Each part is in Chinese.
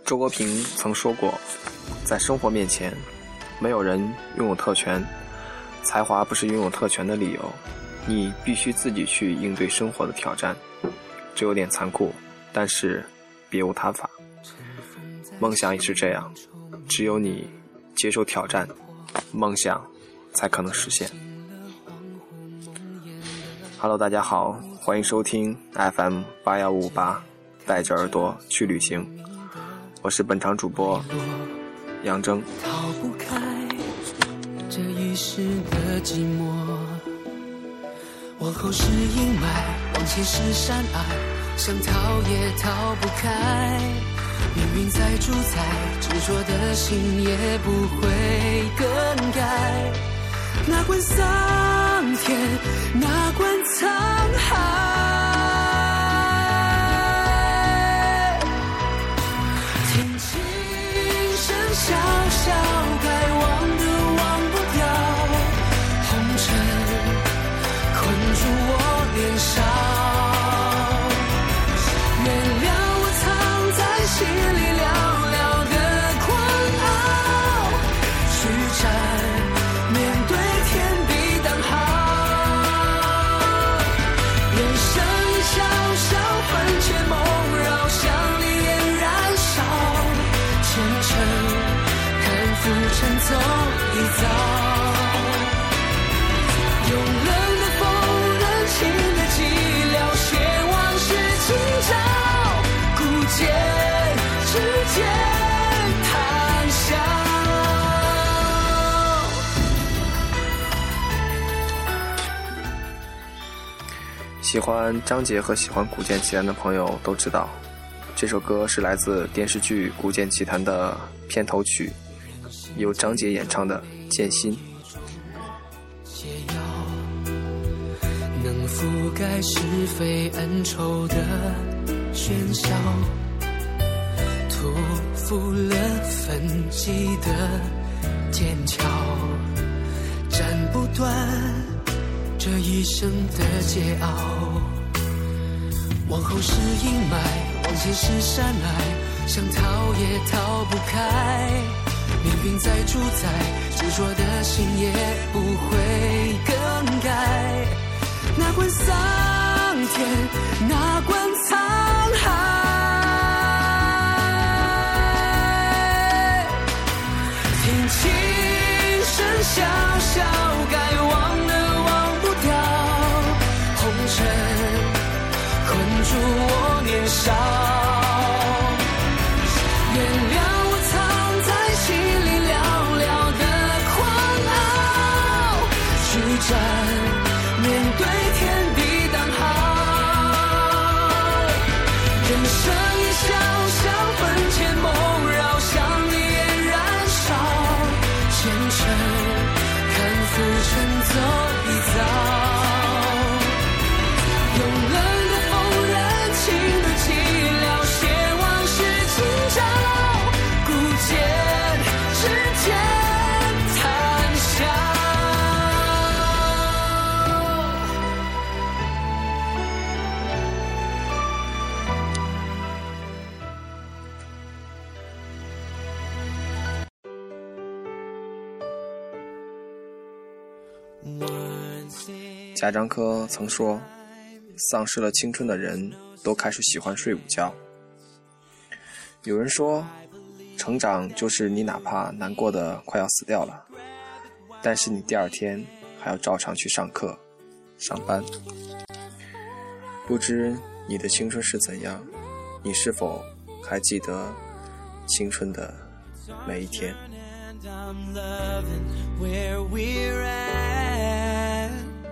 周国平曾说过，在生活面前，没有人拥有特权，才华不是拥有特权的理由，你必须自己去应对生活的挑战。这有点残酷，但是别无他法。梦想也是这样，只有你接受挑战，梦想才可能实现。Hello， 大家好，欢迎收听 FM 81558，带着耳朵去旅行。我是本场主播杨铮。 逃不开这一世的寂寞，往后是阴霾，往前是山隘，想逃也逃不开。命运在主宰，执着的心也不会更改。哪管桑田，哪管沧海，听琴声萧萧，该忘的忘不掉，红尘困住我年少。原谅我藏在心里寥寥的狂傲，去战面对天地当好。人生一小小魂牵梦绕，像烈焰燃烧，前程看浮沉走一遭。用冷的风，热情的寂寥，写往事今朝，孤剑之间谈笑。 喜欢张杰和喜欢古剑奇谭的朋友都知道，这首歌是来自电视剧《古剑奇谭》的片头曲，由张杰演唱的《剑心》。 解药能覆盖是非恩仇的喧嚣，屠夫了焚寂的剑鞘，斩不断这一生的桀骜。往后是阴霾，往前是山隘，想逃也逃不开。命运在主宰，执着的心也不会更改。哪管桑田，哪管沧海，听琴声萧萧，该忘的忘不掉，红尘困住我年少。原谅我藏在心里寥寥的狂傲，去战面对天地当好。人生一小小魂牵梦绕，像烈焰燃烧，前程看浮沉走一遭。用冷的风，热情的寂寥，写往事今朝，孤剑之间谈笑。 贾樟柯曾说，丧失了青春的人都开始喜欢睡午觉。有人说，成长就是你哪怕难过的快要死掉了，但是你第二天还要照常去上课上班。不知你的青春是怎样，你是否还记得青春的每一天 I'm loving where we're at,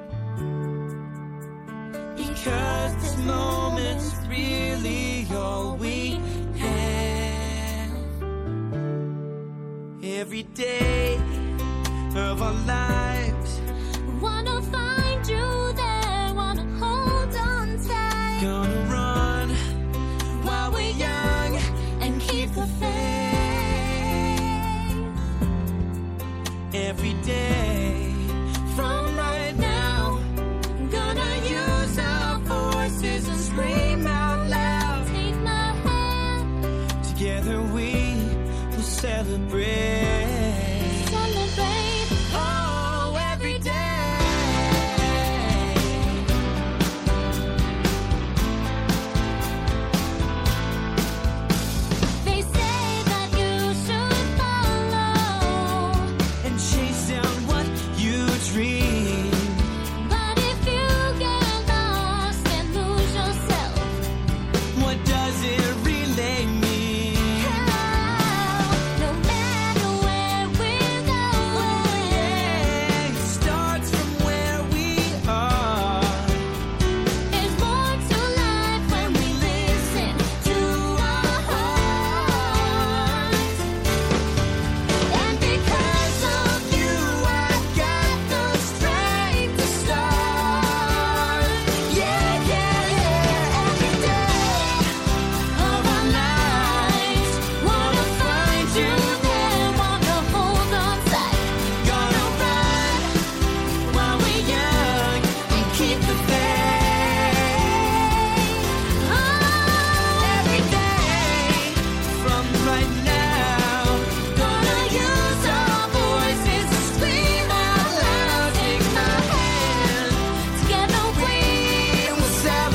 because this moment's really all we have. Every day of our lives, wanna find you there, wanna hold on tight, gonna run while we're young and keep the faith. every day. From right now, gonna use our voices and scream out loud. Take my hand, Together we Celebrate, oh, every day. They say that you should follow and chase down what you dream. But if you get lost and lose yourself, what does it really mean? No matter where we're going, yeah, it starts from where we are. There's more to life when we listen to our hearts. And because of you, I've got the strength to start. Yeah, yeah, yeah. Every day of our lives, wanna find you there, wanna hold on tight. Gonna run while we're young and keep the faith. Oh, every day from right now, gonna use our voices to scream out loud. Take my hand, together we will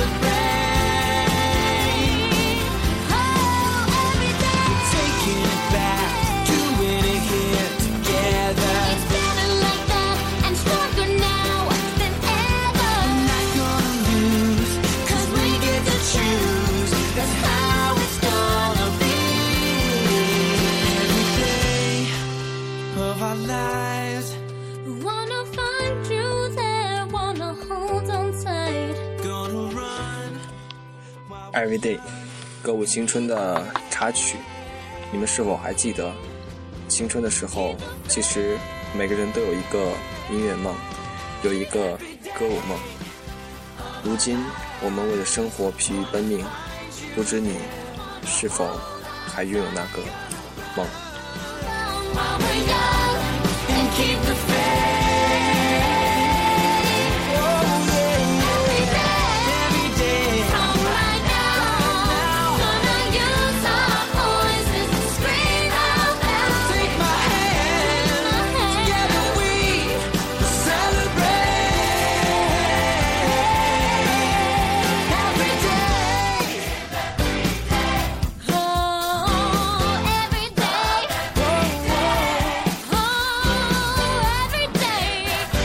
celebrate. Oh, every day, taking it back, doing it here together. It's better like that and stronger now than ever. We're not gonna lose, 'cause we get to choose. That's how it's gonna be. Every day of our lives, wanna find you there, wanna hold on tight. Gonna run Everyday 歌舞青春的插曲，你们是否还记得？青春的时候，其实每个人都有一个音乐梦，有一个歌舞梦。如今我们为了生活疲于奔命，不知你是否还拥有那个梦？ while we're young and keep the faith. Oh, yeah, every day from right now, gonna use our voices to scream out loud. Take my hand, together we celebrate. Every day, oh, every day, oh, every day,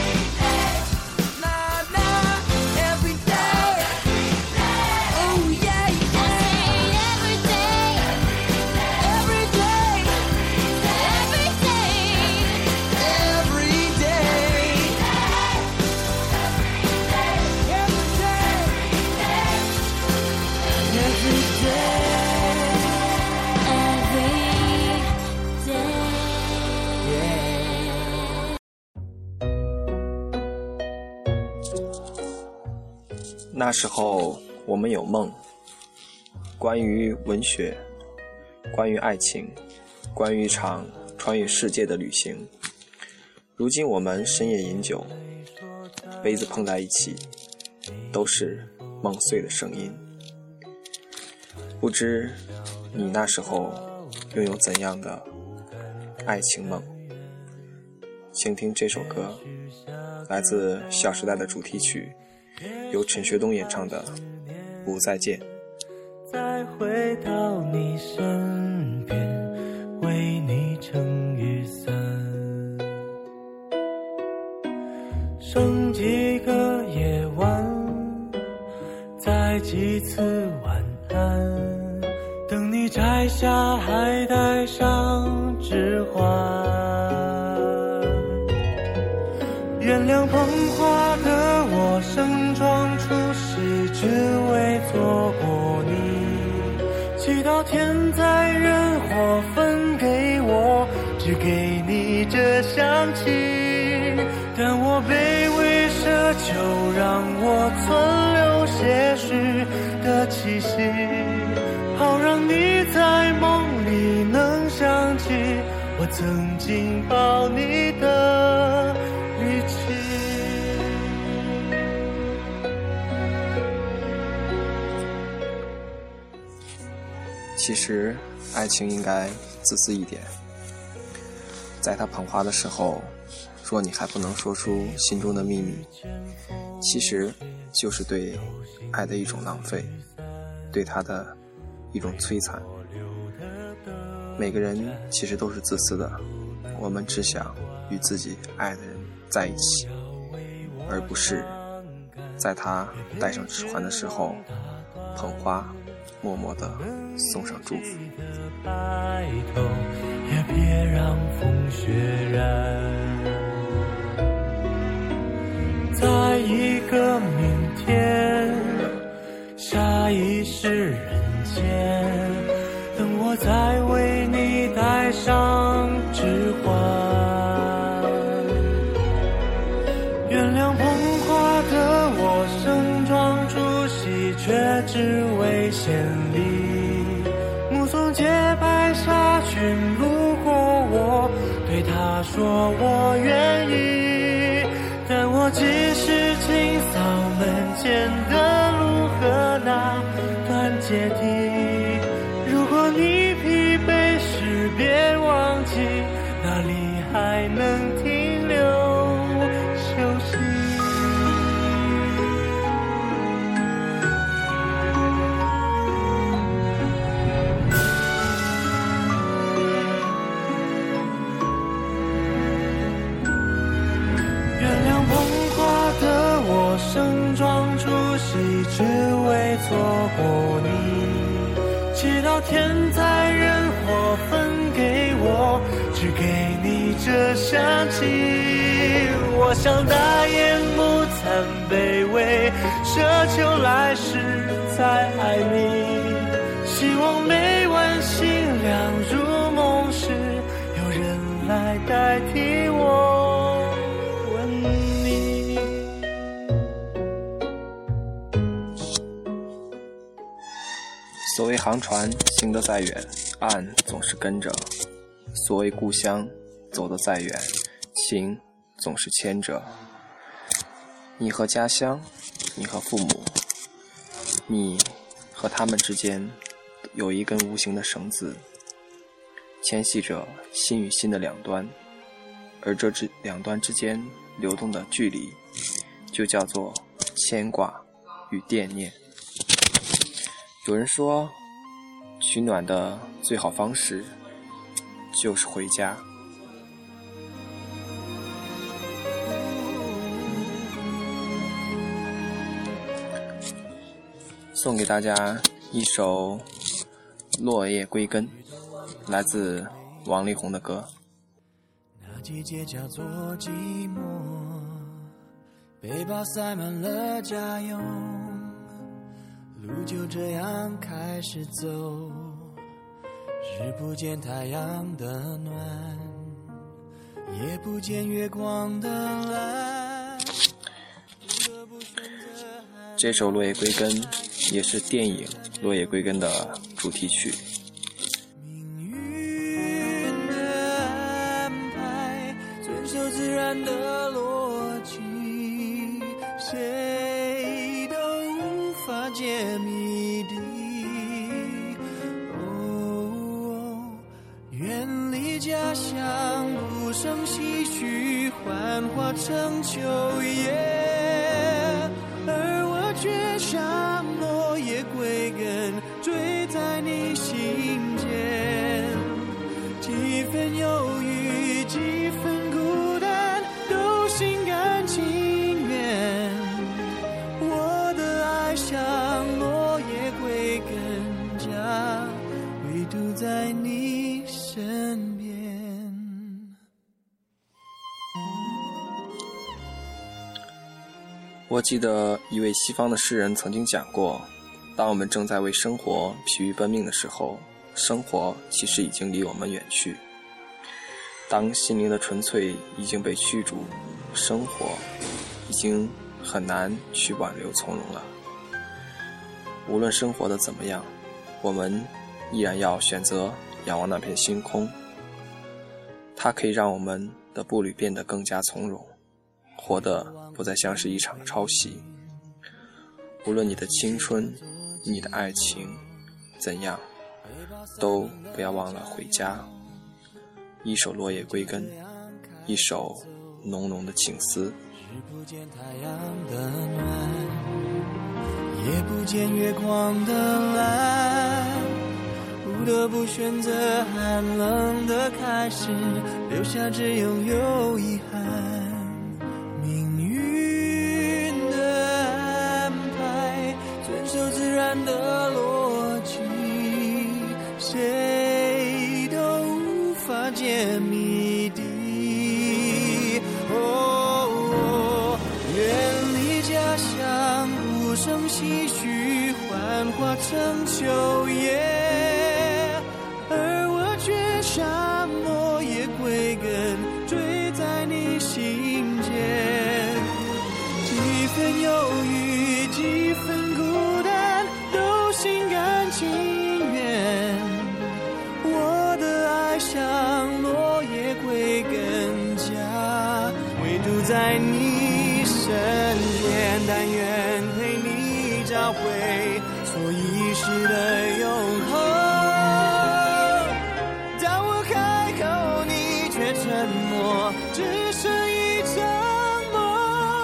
nah, every day, oh yeah, yeah. I say every day, every day, every day, every day. 那时候我们有梦，关于文学，关于爱情，关于一场穿越世界的旅行。如今我们深夜饮酒，杯子碰在一起，都是梦碎的声音。不知你那时候拥有怎样的爱情梦？请听这首歌，来自《小时代》的主题曲，由陈学冬演唱的《不再见》。 再回到你身边，为你撑雨伞，剩几个夜晚，再几次晚安，等你摘下还带上指环。原谅捧花的我盛装出席，只为错过你。祈祷天灾人祸分给我，只给你这香气。但我卑微奢求，让我存留些许的气息，好让你在梦里能想起我曾经抱你的语气。 其实爱情应该自私一点， 在他捧花的时候，若你还不能说出心中的秘密，其实就是对爱的一种浪费，对他的一种摧残。每个人其实都是自私的，我们只想与自己爱的人在一起，而不是在他戴上指环的时候捧花，默默地送上祝福。 也别让风雪染，在一个明天，下一世人间，等我再为你戴上指环。原谅捧花的我盛装出席，却只为献礼。目送洁白纱裙路过我，对他说我愿意，但我只是清扫门前的路和那段阶梯。如果你疲惫时别忘记，哪里还能停留休息。盛装出席，只为错过你。祈祷天灾人祸分给我，只给你这香气。我想大言不惭卑微，奢求来世再爱你。希望每晚星亮入梦时，有人来代替我吻你。 所谓航船行得再远，岸总是跟着；所谓故乡走得再远，情总是牵着。你和家乡，你和父母，你和他们之间有一根无形的绳子，牵系着心与心的两端，而这两端之间流动的距离，就叫做牵挂与惦念。有人说，取暖的最好方式就是回家。送给大家一首《落叶归根》，来自王力宏的歌。 那季节叫做寂寞，背包塞满了家用，路就这样开始走，日不见太阳的暖，夜不见月光的蓝。 这首《落叶归根》也是电影《落叶归根》的主题曲。 命运的安排，遵守自然的逻辑，谁都无法解谜底。哦，远离家乡，不胜唏嘘，幻化成秋叶。而我却像落叶归根，坠在你心间。几分忧郁，几分孤单，都心甘情愿。我的爱像落叶归根，家唯独在你身边。 我记得一位西方的诗人曾经讲过，当我们正在为生活疲于奔命的时候，生活其实已经离我们远去。当心灵的纯粹已经被驱逐，生活已经很难去挽留从容了。无论生活的怎么样，我们依然要选择仰望那片星空，它可以让我们的步履变得更加从容，活得不再像是一场抄袭。无论你的青春，你的爱情怎样，都不要忘了回家。 一首落叶归根，一首浓浓的情思。 日不见太阳的暖，夜不见月光的蓝，不得不选择寒冷的开始，留下只有遗憾。命运的安排，遵守自然的逻辑，谁都无法解谜底。远离家乡，无声唏嘘，幻化成秋叶，而我却像落叶归根，坠在你心间。几分忧郁，几分孤单，都心甘情愿。我的爱像落叶归根家，唯独在你身边，但愿陪你找回所遗失的永恒。当我开口，你却沉默，只剩一场梦。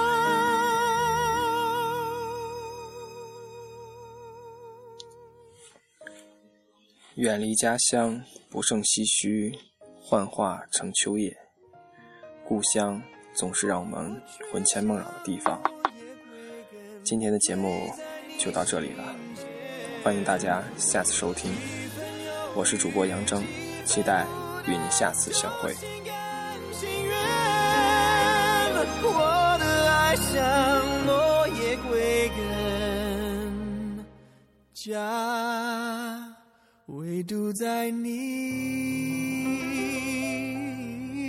远离家乡，不胜唏嘘，幻化成秋叶。故乡总是让我们魂牵梦绕的地方。今天的节目就到这里了，欢迎大家下次收听。我是主播杨铮，期待与你下次相会。 我的爱像落叶归根家，唯独在你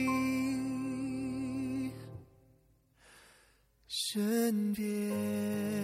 身边。